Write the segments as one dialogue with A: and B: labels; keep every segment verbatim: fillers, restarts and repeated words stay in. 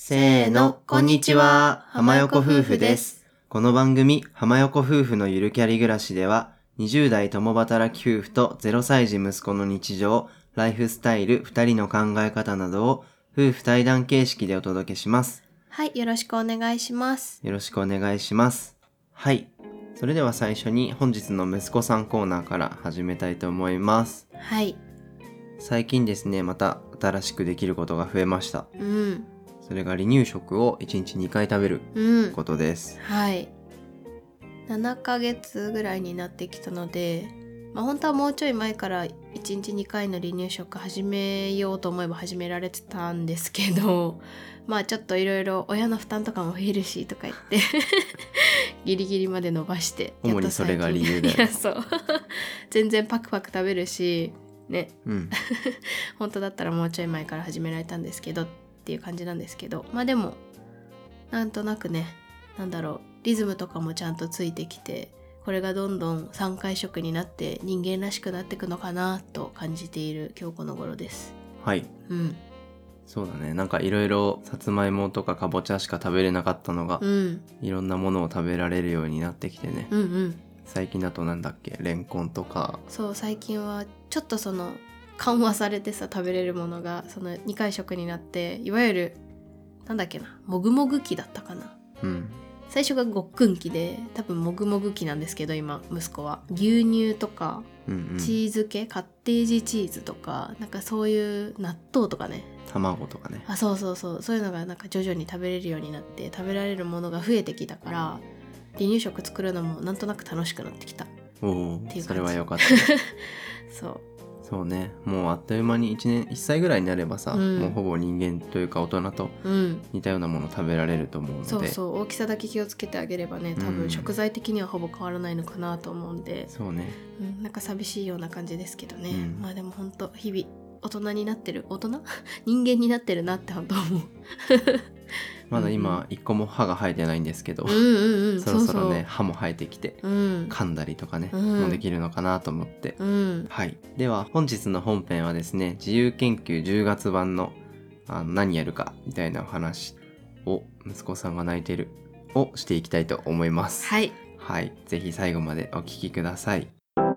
A: せーの、こんにちは。浜横夫婦です。この番組、浜横夫婦のゆるキャリ暮らしでは、にじゅう代共働き夫婦とゼロさい児息子の日常、ライフスタイル、ふたりの考え方などを夫婦対談形式でお届けします。
B: はい、よろしくお願いします。
A: よろしくお願いします。はい。それでは最初に本日の息子さんコーナーから始めたいと思います。
B: はい。
A: 最近ですね、また新しくできることが増えました。
B: うん。
A: それが離乳食をいちにちにかい食べることです。
B: うん、はい。ななかげつぐらいになってきたので、まあ、本当はもうちょい前からいちにちにかいの離乳食始めようと思えば始められてたんですけど、まあちょっといろいろ親の負担とかも増えるしとか言ってギリギリまで伸ばして
A: 主にそれが理由で
B: いやそう全然パクパク食べるしね、
A: うん、
B: 本当だったらもうちょい前から始められたんですけどっていう感じなんですけど、まあでもなんとなくね、なんだろう、リズムとかもちゃんとついてきて、これがどんどんさんかい食になって人間らしくなっていくのかなと感じている今日この頃です。
A: はい、
B: うん、
A: そうだね。なんかいろいろさつまいもとかかぼちゃしか食べれなかったのが、
B: うん、
A: いろんなものを食べられるようになってきてね、
B: うんうん、
A: 最近だとなんだっけ、レンコンとか。
B: そう最近はちょっとその緩和されてさ、食べれるものがそのにかい食になって、いわゆるなんだっけな、もぐもぐ期だったかな、
A: うん、
B: 最初がごっくん期で、多分もぐもぐ期なんですけど、今息子は牛乳とか、
A: うんうん、
B: チーズ系、カッテージチーズとか、なんかそういう納豆とかね、
A: 卵とかね、
B: あ、そうそうそう、そういうのがなんか徐々に食べれるようになって、食べられるものが増えてきたから、離乳食作るのもなんとなく楽しくなってきた。
A: おお、それはよかった
B: そう
A: そうね、もうあっという間にいちねんいっさいぐらいになればさ、うん、もうほぼ人間というか大人と似たようなもの食べられると思うので、
B: そうそう大きさだけ気をつけてあげればね、多分食材的にはほぼ変わらないのかなと思うんで、
A: そうね、
B: うん、なんか寂しいような感じですけどね、うん、まあでも本当日々大人になってる、大人人間になってるなって本当思う
A: まだ今一個も歯が生えてないんですけど、
B: うんうんうん、
A: そろそろね、
B: そうそう、
A: 歯も生えてきて、
B: うん、
A: 噛んだりとかね、
B: うん、
A: もできるのかなと思って、
B: うん、
A: はい。では本日の本編はですね、自由研究じゅうがつ版のあの何やるかみたいなお話を、息子さんが泣いてるをしていきたいと思います。
B: はい、
A: はい。ぜひ最後までお聞きください。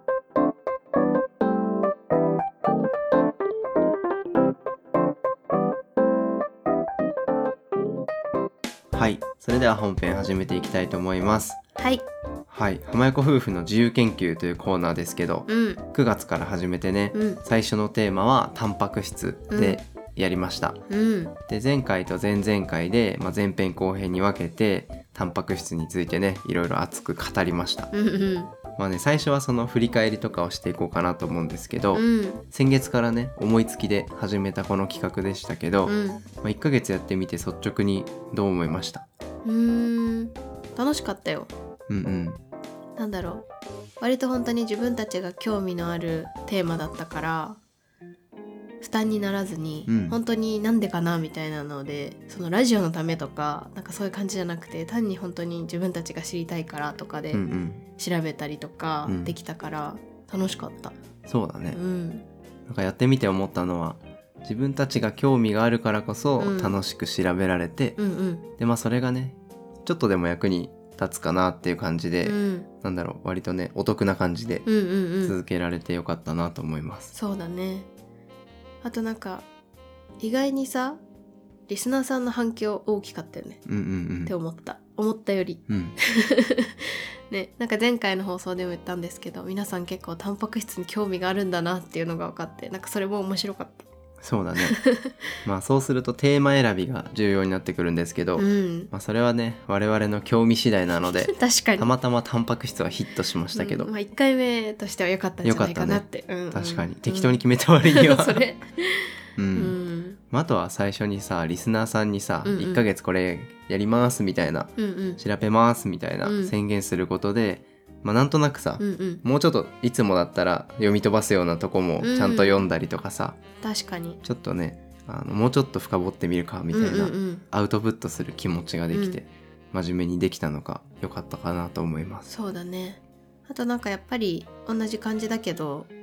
A: はい、それでは本編始めていきたいと思います。
B: はい、
A: はい、浜横夫婦の自由研究というコーナーですけど、
B: うん、
A: くがつから始めてね、うん、最初のテーマはタンパク質でやりました、うん、で前回と前々回で、まあ、前編後編に分けてタンパク質についてね、いろいろ熱く語りました、うんうん、まあね、最初はその振り返りとかをしていこうかなと思うんですけど、うん、先月からね思いつきで始めたこの企画でしたけど、うん、まあ、いっかげつやってみて率直にどう思いました？
B: うーん、楽しかったよ。
A: うんうん、
B: なんだろう、割と本当に自分たちが興味のあるテーマだったから負担にならずに、うん、本当になんでかなみたいなので、そのラジオのためとかなんかそういう感じじゃなくて、単に本当に自分たちが知りたいからとかで調べたりとかできたから楽しかった、
A: うん、そうだね、
B: うん、
A: なんかやってみて思ったのは、自分たちが興味があるからこそ楽しく調べられて、うんうんうん、でまあそれがねちょっとでも役に立つかなっていう感じで、うん、なんだろう、割とねお得な感じで続けられてよかったなと思います、
B: うんうんうん、そうだね。あとなんか意外にさ、リスナーさんの反響大きかったよね、うんうんうん、って思った思ったより、うんね、なんか前回の放送でも言ったんですけど、皆さん結構タンパク質に興味があるんだなっていうのが分かって、なんかそれも面白かった。
A: そうだねまあそうするとテーマ選びが重要になってくるんですけど、うん、まあ、それはね我々の興味次第なので
B: 確かに
A: たまたまタンパク質はヒットしましたけど、
B: うん、まあ、いっかいめとしては良かったんじゃないかなって、
A: ね、うんうん、確かに適当に決めた割には
B: それ、
A: うんうん、まあ、あとは最初にさリスナーさんにさ、うんうん、いっかげつこれやりますみたいな、うんうん、調べますみたいな宣言することで、まあ、なんとなくさ、うんうん、もうちょっといつもだったら読み飛ばすようなとこもちゃんと読んだりとかさ、
B: うんうん、確かに
A: ちょっとねあのもうちょっと深掘ってみるかみたいな、うんうんうん、アウトプットする気持ちができて、うん、真面目にできたのが良かったかなと思います。
B: そうだね。あとなんかやっぱり同じ感じだけど、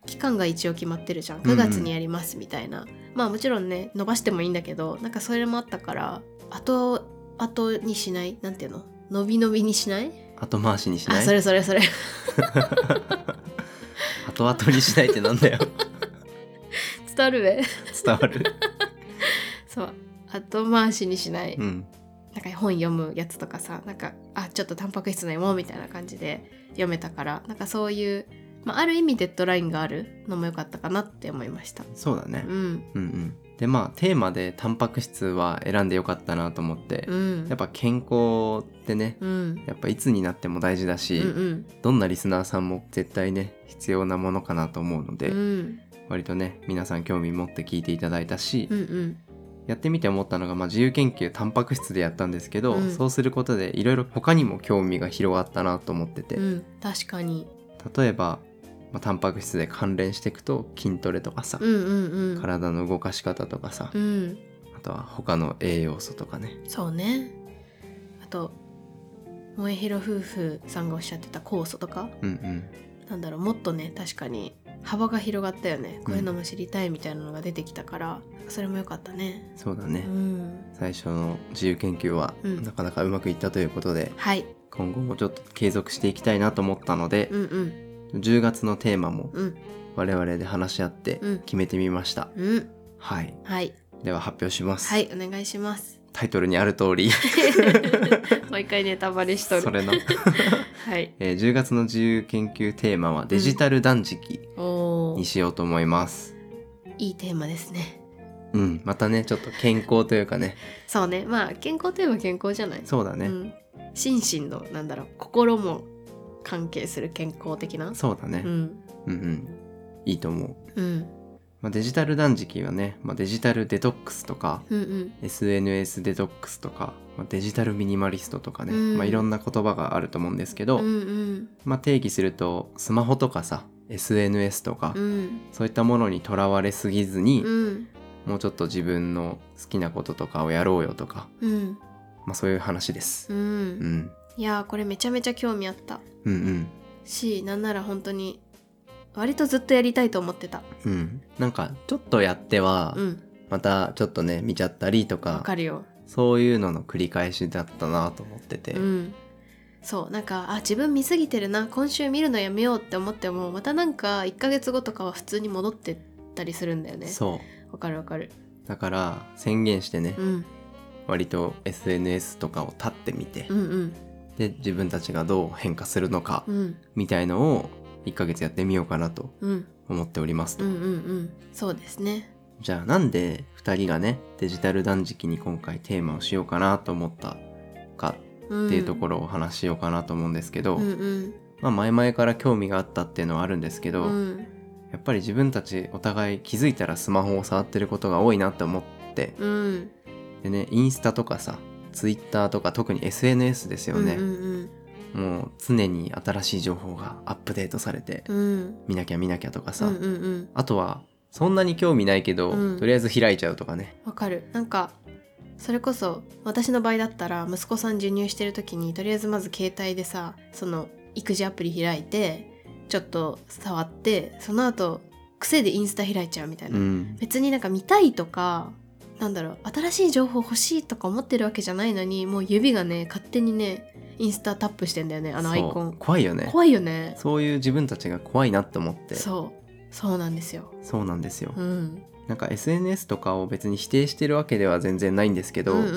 B: 期間が一応決まってるじゃん。くがつにやりますみたいな、うんうん、まあもちろんね伸ばしてもいいんだけど、なんかそれもあったから後後にしない、なんていうの、伸び伸びにしない、
A: 後回しにしない、
B: あそれそれそれ
A: 後々にしないってなんだよ
B: 伝わるべ
A: 伝わる
B: そう後回しにしない、
A: うん、
B: なんか本読むやつとかさ、なんかあちょっとタンパク質ないもんみたいな感じで読めたから、なんかそういう、まあ、ある意味デッドラインがあるのも良かったかなって思いました。
A: そうだね、
B: うん、うん
A: うんでまあテーマでタンパク質は選んでよかったなと思って、うん、やっぱ健康ってね、うん、やっぱいつになっても大事だし、うんうん、どんなリスナーさんも絶対ね必要なものかなと思うので、うん、割とね皆さん興味持って聞いていただいたし、うんうん、やってみて思ったのが、まあ、自由研究タンパク質でやったんですけど、うん、そうすることでいろいろ他にも興味が広がったなと思ってて、うん、
B: 確かに
A: 例えばまあ、タンパク質で関連していくと筋トレとかさ、うんうんうん、体の動かし方とかさ、うん、あとは他の栄養素とかね。
B: そうね。あと萌えひろ夫婦さんがおっしゃってた酵素とか、うんうん、なんだろう、もっとね確かに幅が広がったよね。こういうのも知りたいみたいなのが出てきたから、うん、それも良かったね。
A: そうだね、うん、最初の自由研究はなかなかうまくいったということで、うん、今後もちょっと継続していきたいなと思ったので、うんうん、じゅうがつのテーマも我々で話し合って決めてみました、うん、はい、はい、では発表します。
B: はい、お願いします。
A: タイトルにある通り
B: 毎回ネタバレしとる
A: それな、はいえー、じゅうがつの自由研究テーマはデジタル断食にしようと思います、
B: うん、いいテーマですね。
A: うん、またねちょっと健康というかね。
B: そうね、まあ健康といえば健康じゃない。
A: そうだね、うん、
B: 心身のなんだろう、心も関係する健康的な。
A: そうだね、うん、うんうんいいと思う、うんまあ、デジタル断食はね、まあ、デジタルデトックスとか、うんうん、エスエヌエス デトックスとか、まあ、デジタルミニマリストとかね、うんまあ、いろんな言葉があると思うんですけど、うんうんまあ、定義するとスマホとかさ エスエヌエス とか、うん、そういったものにとらわれすぎずに、うん、もうちょっと自分の好きなこととかをやろうよとか、うんまあ、そういう話です、うんうん、
B: いやーこれめちゃめちゃ興味あった、うんうん、しなんなら本当に割とずっとやりたいと思ってた。
A: うん。なんかちょっとやっては、うん、またちょっとね見ちゃったりとか。
B: わかるよ。
A: そういうのの繰り返しだったなと思ってて。
B: うん。そうなんかあ自分見すぎてるな、今週見るのやめようって思ってもまたなんかいっかげつごとかは普通に戻ってったりするんだよね。
A: そう。
B: わかるわかる。
A: だから宣言してね、うん、割と エスエヌエス とかを立ってみて、うんうん、で自分たちがどう変化するのか、うん、みたいのをいっかげつやってみようかなと思っておりますと、
B: うんうんうんうん、そうですね。
A: じゃあなんでふたりがねデジタル断食に今回テーマをしようかなと思ったかっていうところをお話ししようかなと思うんですけど、うんうん、まあ前々から興味があったっていうのはあるんですけど、うん、やっぱり自分たちお互い気づいたらスマホを触ってることが多いなって思って、うん、でねインスタとかさツイッターとか特に エスエヌエス ですよね、うんうんうんもう常に新しい情報がアップデートされて、うん、見なきゃ見なきゃとかさ、うんうんうん、あとはそんなに興味ないけど、うん、とりあえず開いちゃうとかね。
B: わかる。なんかそれこそ私の場合だったら息子さん授乳してる時にとりあえずまず携帯でさその育児アプリ開いてちょっと触ってその後癖でインスタ開いちゃうみたいな、うん、別になんか見たいとかなんだろう新しい情報欲しいとか思ってるわけじゃないのにもう指がね勝手にねインスタタップしてんだよねあのアイコン。
A: 怖いよね。
B: 怖いよね。
A: そういう自分たちが怖いなって思って。
B: そうそうなんですよ。
A: そうなんですよ、うん、なんか エスエヌエス とかを別に否定してるわけでは全然ないんですけど、うんうんうん、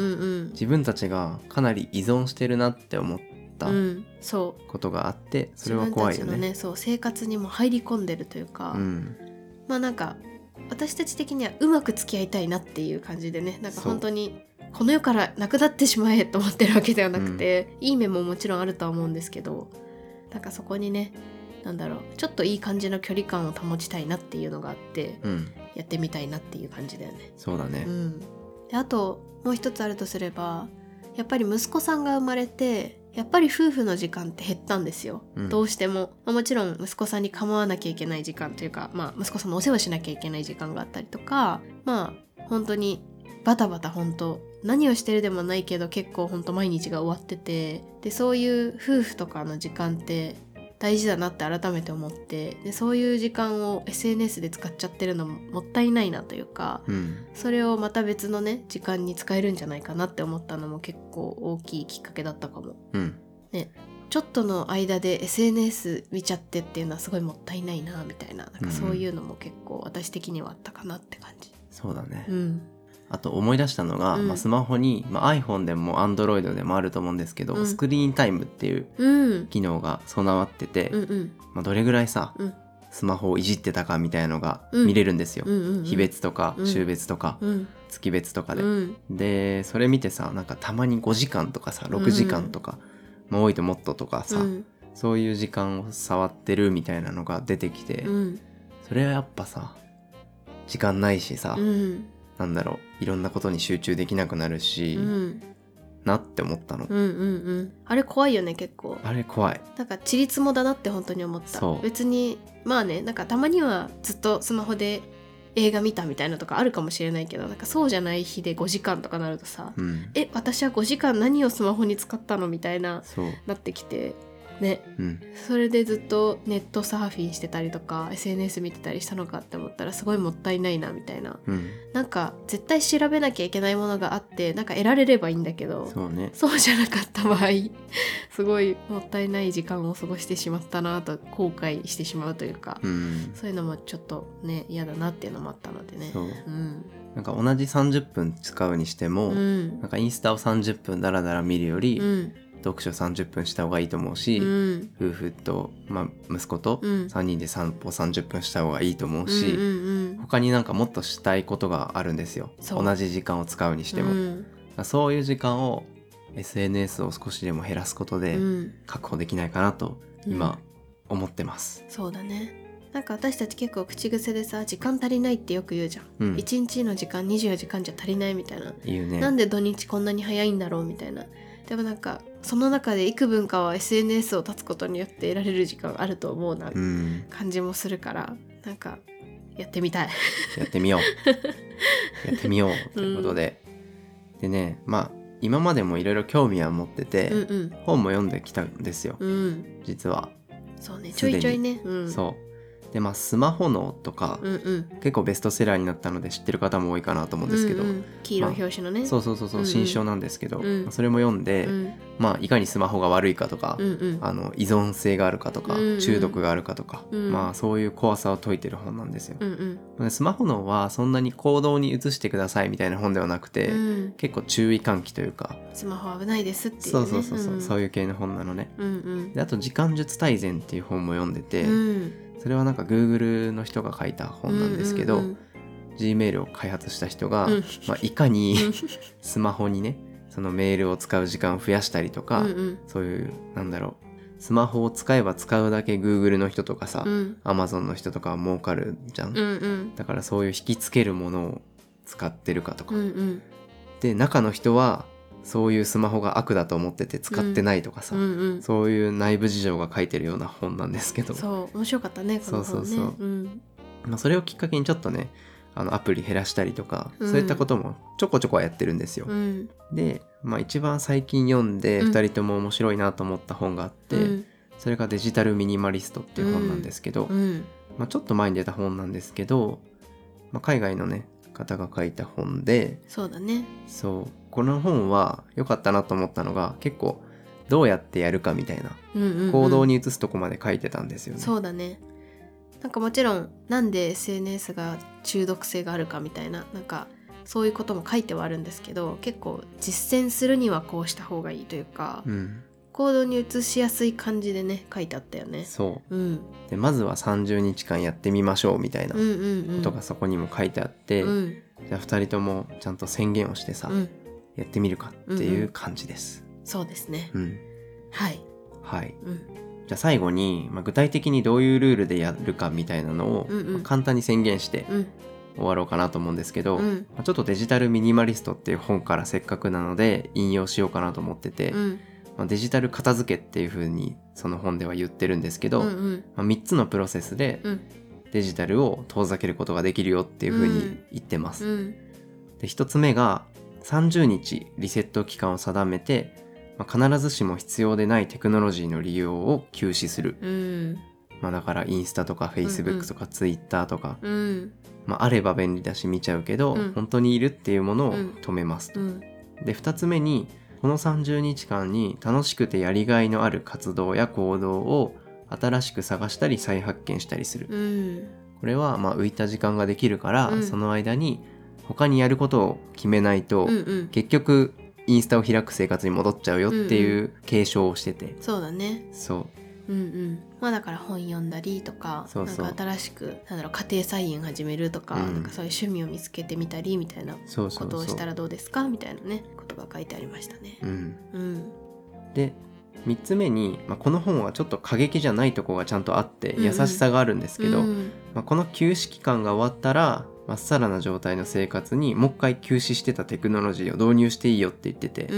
A: 自分たちがかなり依存してるなって思ったことがあって、うん、それは怖いよね。自分たちのねそう生活にも入り込んでるというか、うん、まあなんか私たち的にはうまく付き合いたいなっていう感じでねなんか本当にこの世からなくなってしまえと思ってるわけではなくて、うん、いい面ももちろんあるとは思うんですけどなんかそこにねなんだろうちょっといい感じの距離感を保ちたいなっていうのがあって、うん、やってみたいなっていう感じだよね。 そうだね、うん、
B: であともう一つあるとすればやっぱり息子さんが生まれてやっぱり夫婦の時間って減ったんですよ、うん、どうしても、まあ、もちろん息子さんに構わなきゃいけない時間というか、まあ、息子さんのお世話しなきゃいけない時間があったりとかまあ本当にバタバタ本当何をしてるでもないけど結構本当毎日が終わっててでそういう夫婦とかの時間って大事だなって改めて思って、でそういう時間を エスエヌエス で使っちゃってるのももったいないなというか、
A: うん、
B: それをまた別のね時間に使えるんじゃないかなって思ったのも結構大きいきっかけだったかも、
A: うん
B: ね、ちょっとの間で エスエヌエス 見ちゃってっていうのはすごいもったいないなみたいな、なんかそういうのも結構私的にはあったかなって感じ。
A: そうだね、
B: うん、
A: あと思い出したのが、
B: うん
A: まあ、スマホに、まあ、iPhone でも Android でもあると思うんですけど、
B: うん、
A: スクリーンタイムっていう
B: うん
A: 機能が備わってて、
B: うんうん
A: まあ、どれぐらいさ、
B: うん
A: スマホをいじってたかみたいのが見れるんですよ、
B: うんうんうん、
A: 日別とか
B: うん
A: 週別とか、
B: うん、
A: 月別とかで、
B: うん、
A: でそれ見てさ、なんかたまにごじかんとかさろくじかんとか、まあ、多いともっととかさ、
B: うん、
A: そういう時間を触ってるみたいなのが出てきて、
B: うん、
A: それはやっぱさ時間ないしさ、
B: うん、
A: なんだろう、いろんなことに集中できなくなるし、
B: うん、
A: なって思ったの、
B: うんうんうん、あれ怖いよね結構。
A: あれ怖い。
B: なんかちりつもだなって本当に思った。
A: そう
B: 別にまあね、なんかたまにはずっとスマホで映画見たみたいなとかあるかもしれないけど、なんかそうじゃない日でごじかんとかなるとさ、
A: うん、
B: え私はごじかん何をスマホに使ったのみたいな
A: そう
B: なってきてね、
A: うん、
B: それでずっとネットサーフィンしてたりとか エスエヌエス 見てたりしたのかって思ったらすごいもったいないなみたいな、
A: うん、
B: なんか絶対調べなきゃいけないものがあってなんか得られればいいんだけど、
A: そうね、
B: そうじゃなかった場合すごいもったいない時間を過ごしてしまったなと後悔してしまうというか、
A: うん、
B: そういうのもちょっとね嫌だなっていうのもあったのでね。
A: そう、
B: うん、
A: なんか同じさんじゅっぷん使うにしても、
B: うん、
A: なんかインスタをさんじゅっぷんダラダラ見るより、
B: うん、
A: 読書さんじゅっぷんした方がいいと思うし、
B: うん、
A: 夫婦と、まあ、息子と
B: うん
A: さんにんで散歩さんじゅっぷんした方がいいと思うし、
B: うんうんうん、
A: 他になんかもっとしたいことがあるんですよ、同じ時間を使うにしても、うん、そういう時間を エスエヌエス を少しでも減らすことで確保できないかなと今思ってます、
B: うん、そうだね。なんか私たち結構口癖でさ時間足りないってよく言うじゃん、うん、いちにちの時間にじゅうよじかんじゃ足りないみたいな
A: 言うね。
B: なんで土日こんなに早いんだろうみたいな。でもなんかその中で幾分かは エスエヌエス を断つことによって得られる時間あると思うな感じもするから、うん、なんかやってみたい
A: やってみようやってみようということで、うん、でね、まあ今までもいろいろ興味は持ってて、うんうん、本も読んできたんですよ、うん、実は。
B: そうね、ちょいちょいね、うん、
A: そうで、まあ、スマホ脳とか、うんうん、結構ベストセラーになったので知ってる方も多いかなと思うんですけど、うんうん、
B: 黄色い表紙のね、まあ、
A: そうそうそうそう、うんうん、新書なんですけど、うん、それも読んで、うん、まあ、いかにスマホが悪いかとか、うんうん、あの依存性があるかとか、うんうん、中毒があるかとか、うん、まあそういう怖さを説いてる本なんですよ、うんうん、スマホ脳はそんなに行動に移してくださいみたいな本ではなくて、うん、結構注意喚起というか、
B: スマホ危ないですっていう、ね、
A: そうそうそうそう、うん、そういう系の本なのね、うんうん、であと時間術大全っていう本も読んでて、うん、それはなんか Google の人が書いた本なんですけど、うんうんうん、Gmail を開発した人が、うん、まあ、いかにスマホにねそのメールを使う時間を増やしたりとか、うんうん、そういうなんだろう、スマホを使えば使うだけ Google の人とかさ、うん、Amazon の人とかは儲かるじゃん、うんうん、だからそういう引きつけるものを使ってるかとか、うんうん、で中の人はそういうスマホが悪だと思ってて使ってないとかさ、うんうんうん、そういう内部事情が書いてるような本なんですけど、
B: そう面白かったねこの本ね。
A: そうそうそう、うん、まあ、それをきっかけにちょっとねあのアプリ減らしたりとか、うん、そういったこともちょこちょこはやってるんですよ、うん、で、まあ、一番最近読んでふたりとも面白いなと思った本があって、うん、それがデジタルミニマリストっていう本なんですけど、うん、まあ、ちょっと前に出た本なんですけど、まあ、海外のね方が書いた本で、
B: そうだね、
A: そうこの本は良かったなと思ったのが結構どうやってやるかみたいな、うんうんうん、行動に移すとこまで書いてたんですよね。
B: そうだね、なんかもちろんなんで エスエヌエス が中毒性があるかみたいな、なんかそういうことも書いてはあるんですけど、結構実践するにはこうした方がいいというか、うん、行動に移しやすい感じでね書いてあったよね。
A: そう、うん、でまずはさんじゅうにちかんやってみましょうみたいなことがそこにも書いてあって、うんうんうん、じゃあふたりともちゃんと宣言をしてさ、うん、やってみるかっていう感じです、
B: うんうん、そうですね、
A: うん、
B: はい
A: はい、うん、じゃあ最後に、まあ、具体的にどういうルールでやるかみたいなのを、うんうん、まあ、簡単に宣言して終わろうかなと思うんですけど、うん、まあ、ちょっとデジタルミニマリストっていう本からせっかくなので引用しようかなと思ってて、うん、まあ、デジタル片付けっていう風にその本では言ってるんですけど、うんうん、まあ、みっつのプロセスでデジタルを遠ざけることができるよっていう風に言ってます、うんうん、でひとつめがさんじゅうにちリセット期間を定めてまあ、必ずしも必要でないテクノロジーの利用を休止する、
B: うん
A: まあ、だからインスタとかフェイスブックとかツイッターとか、
B: うん
A: まあ、あれば便利だし見ちゃうけど、
B: うん、
A: 本当にいるっていうものを止めますと、
B: うん、
A: でふたつめにこのさんじゅうにちかんに楽しくてやりがいのある活動や行動を新しく探したり再発見したりする、
B: うん、
A: これはまあ浮いた時間ができるから、
B: うん、
A: その間に他にやることを決めないと、
B: うんうん、
A: 結局インスタを開く生活に戻っちゃうよっていう継承をしてて、
B: うんうん、そうだね。
A: そう
B: うんうん、まあだから本読んだりとか、
A: そうそう、
B: なんか新しくなんだろう家庭菜園始めるとか、うん、なんかそういう趣味を見つけてみたりみたいなことをしたらどうですかみたいなねことが書いてありましたね。
A: うん
B: うん、
A: でみっつめに、まあ、この本はちょっと過激じゃないとこがちゃんとあって
B: うんうん、
A: 優しさがあるんですけど、
B: うん
A: まあ、この休止期間が終わったらまっさらな状態の生活にもう一回休止してたテクノロジーを導入していいよって言ってて、
B: うん、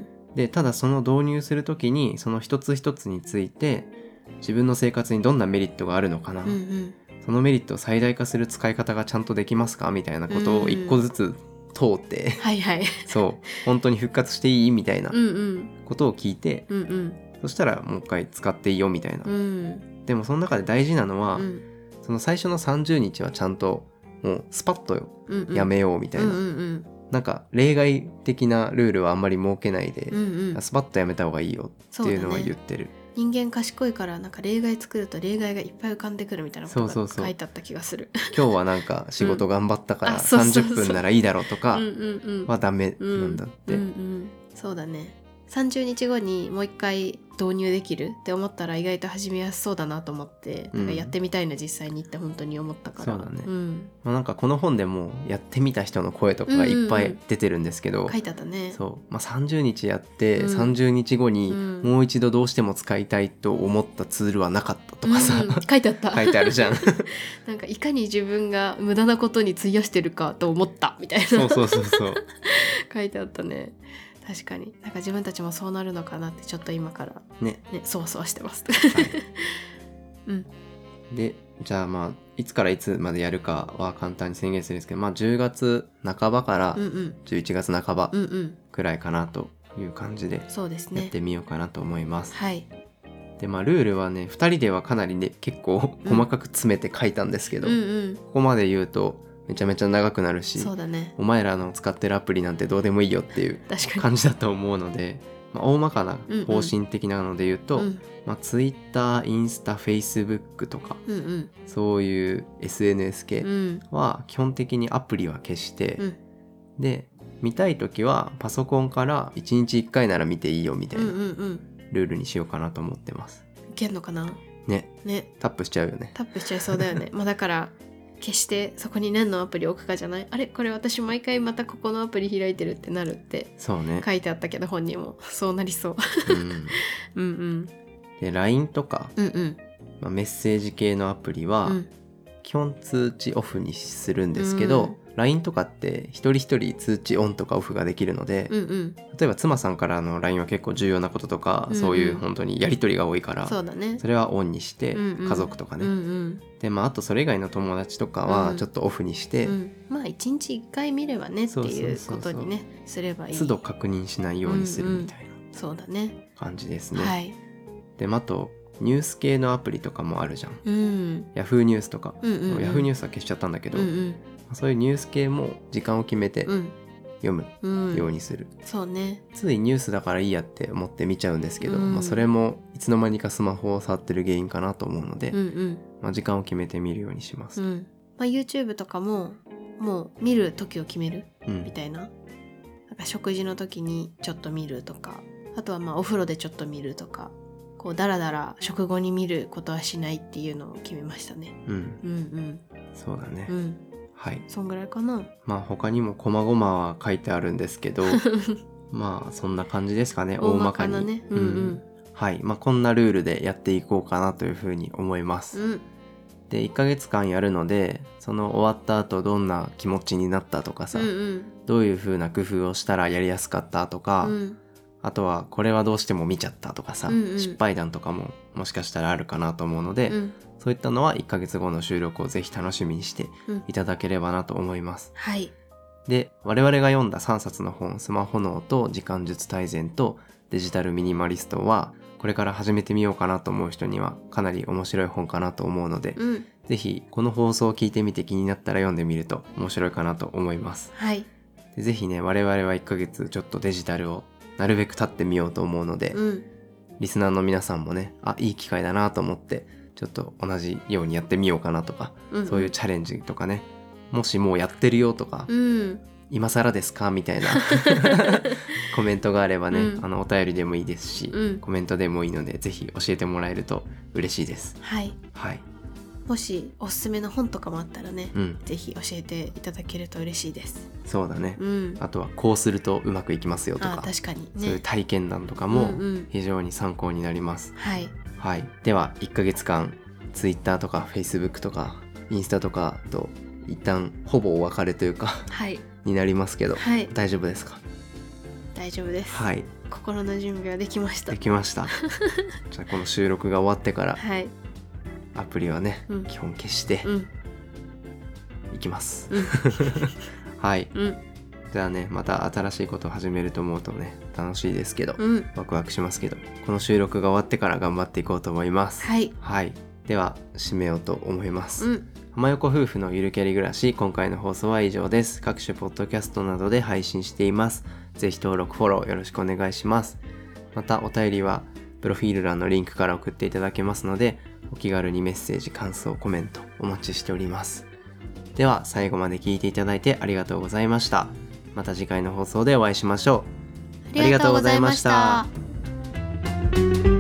A: でただその導入するときにその一つ一つについて自分の生活にどんなメリットがあるのかな、
B: うんうん、
A: そのメリットを最大化する使い方がちゃんとできますかみたいなことを一個ずつ通って、
B: うん、はいはい
A: そう本当に復活していいみたいなことを聞いて、
B: うんうん、
A: そしたらもう一回使っていいよみたいな、
B: うん、
A: でもその中で大事なのは、
B: うん、
A: その最初のさんじゅうにちはちゃんともうスパッとやめようみたいな、
B: うんうん、
A: なんか例外的なルールはあんまり設けないで、
B: うんうん、
A: スパッとやめた方がいいよっていうのは言ってる。
B: 人間賢いからなんか例外作ると例外がいっぱい浮かんでくるみたいなことが書いてあった気がする。
A: 今日はなんか仕事頑張ったからさんじゅっぷんならいいだろうとかはダメなんだって、
B: うんうんうん、そうだね。さんじゅうにちごにもう一回導入できるって思ったら意外と始めやすそうだなと思って、うん、なんかやってみたいな実際にって本当に思ったから。
A: そうだね、
B: うん
A: まあ、なんかこの本でもやってみた人の声とかがいっぱい出てるんですけど、
B: うんうんうん、書いてあったね。
A: そう、まあ、さんじゅうにちやって、うん、さんじゅうにちごにもう一度どうしても使いたいと思ったツールはなかったとかさ、
B: うん、書いてあった
A: 書いてあるじゃん
B: なんかいかに自分が無駄なことに費やしてるかと思ったみたいな
A: そうそうそうそう
B: 書いてあったね。確かになんか自分たちもそうなるのかなってちょっと今からね、ねそわそわしてます、はいうん、
A: でじゃあまあいつからいつまでやるかは簡単に宣言するんですけど、まあ、じゅうがつなかばからじゅういちがつなかばくらいかなという感じでやってみようかなと思います。
B: はい。
A: でまあルールはねふたりではかなりね結構細かく詰めて書いたんですけど、
B: うんうんうん、
A: ここまで言うとめちゃめちゃ長くなるし、
B: そうだね、
A: お前らの使ってるアプリなんてどうでもいいよっていう感じだと思うので、まあ、大まかな方針的なので言うと、うんうんまあ、Twitter、インスタ、Facebook とか、うんうん、そういう エスエヌエス 系は基本的にアプリは消して、うん、で見たい時はパソコンからいちにちいっかいなら見ていいよみたいなルールにしようかなと思ってます。
B: いけんのかな
A: ね,
B: ね
A: タップしちゃうよね。
B: タップしちゃいそうだよねまあだから消してそこに何のアプリ置くかじゃない、あれこれ私毎回またここのアプリ開いてるってなるって
A: そうね
B: 書いてあったけど本人もそうなりそう、うん、うんうん
A: で ライン とか、うんうんまあ、メッセージ系のアプリは基本通知オフにするんですけど、うん、ライン とかって一人一人通知オンとかオフができるので、うんうん、例えば妻さんからの ライン は結構重要なこととか、うんうん、そういう本当にやり取りが多いから、
B: そうだね、
A: それはオンにして、うんうん、家族とかね、うんうん、でまああとそれ以外の友達とかはちょっとオフにして、うんうん、
B: まあいちにちいっかい見ればねっていうことにねすればいい、
A: 都度確認しないようにするみたいな、
B: うんうん、そうだね
A: 感じですね、
B: はい、
A: であとニュース系のアプリとかもあるじゃん、うん、ヤフーニュースとか、うんうんうん、ヤフーニュースは消しちゃったんだけど、うんうん、そういうニュース系も時間を決めて読むようにする、うんうん、
B: そうね、
A: ついニュースだからいいやって思って見ちゃうんですけど、うんまあ、それもいつの間にかスマホを触ってる原因かなと思うので、うんうんまあ、時間を決めて見るようにします、うん
B: まあ、YouTube とかももう見る時を決めるみたいな、うん、なんか食事の時にちょっと見るとか、あとはまあお風呂でちょっと見るとか、こうだらだら食後に見ることはしないっていうのを決めましたね、うん、うんうん
A: そうだね、
B: うん
A: はい、
B: そんぐらいかな。
A: まあ他にも細々は書いてあるんですけどまあそんな感じですかね、大まかに、
B: 大まかなね、うんうん、
A: はいまあこんなルールでやっていこうかなというふうに思います、うん、でいっかげつかんやるので、その終わった後どんな気持ちになったとかさ、うんうん、どういうふうな工夫をしたらやりやすかったとか、うん、あとはこれはどうしても見ちゃったとかさ、うんうん、失敗談とかももしかしたらあるかなと思うので、うん、そういったのはいっかげつごの収録をぜひ楽しみにしていただければなと思います、
B: うん、はい。
A: で我々が読んださんさつの本、スマホ脳と時間術大全とデジタルミニマリストはこれから始めてみようかなと思う人にはかなり面白い本かなと思うので、うん、ぜひこの放送を聞いてみて気になったら読んでみると面白いかなと思います。
B: はい。
A: でぜひね、我々はいっかげつちょっとデジタルをなるべく経ってみようと思うので、うん、リスナーの皆さんもね、あ、いい機会だなと思ってちょっと同じようにやってみようかなとか、うんうん、そういうチャレンジとかね、もしもうやってるよとか、うん、今更ですかみたいなコメントがあればね、うん、あのお便りでもいいですし、うん、コメントでもいいのでぜひ教えてもらえると嬉しいです。
B: はい、
A: はい、
B: もしおすすめの本とかもあったらね、うん、ぜひ教えていただけると嬉しいです。
A: そうだね、うん、あとはこうするとうまくいきますよとか、
B: あ、確かにね、
A: そういう体験談とかも非常に参考になります。
B: うんうん、はい、
A: はい、ではいっかげつかん Twitter とか Facebook とかインスタとかと一旦ほぼお別れというか、はい、になりますけど、はい、大丈夫ですか？
B: 大丈夫です。
A: はい、
B: 心の準備はできました。
A: できましたじゃあこの収録が終わってから、はい、アプリはね、うん、基本消して、うん、いきます、うん、はい、うん、じゃあね、また新しいことを始めると思うとね楽しいですけど、うん、ワクワクしますけど、この収録が終わってから頑張っていこうと思います。
B: はい、
A: はい、では締めようと思います、うん、浜横夫婦のゆるキャリ暮らし、今回の放送は以上です。各種ポッドキャストなどで配信しています。ぜひ登録フォローよろしくお願いします。またお便りはプロフィール欄のリンクから送っていただけますので、お気軽にメッセージ、感想、コメントお待ちしております。では最後まで聞いていただいてありがとうございました。また次回の放送でお会いしましょう。
B: ありがとうございました。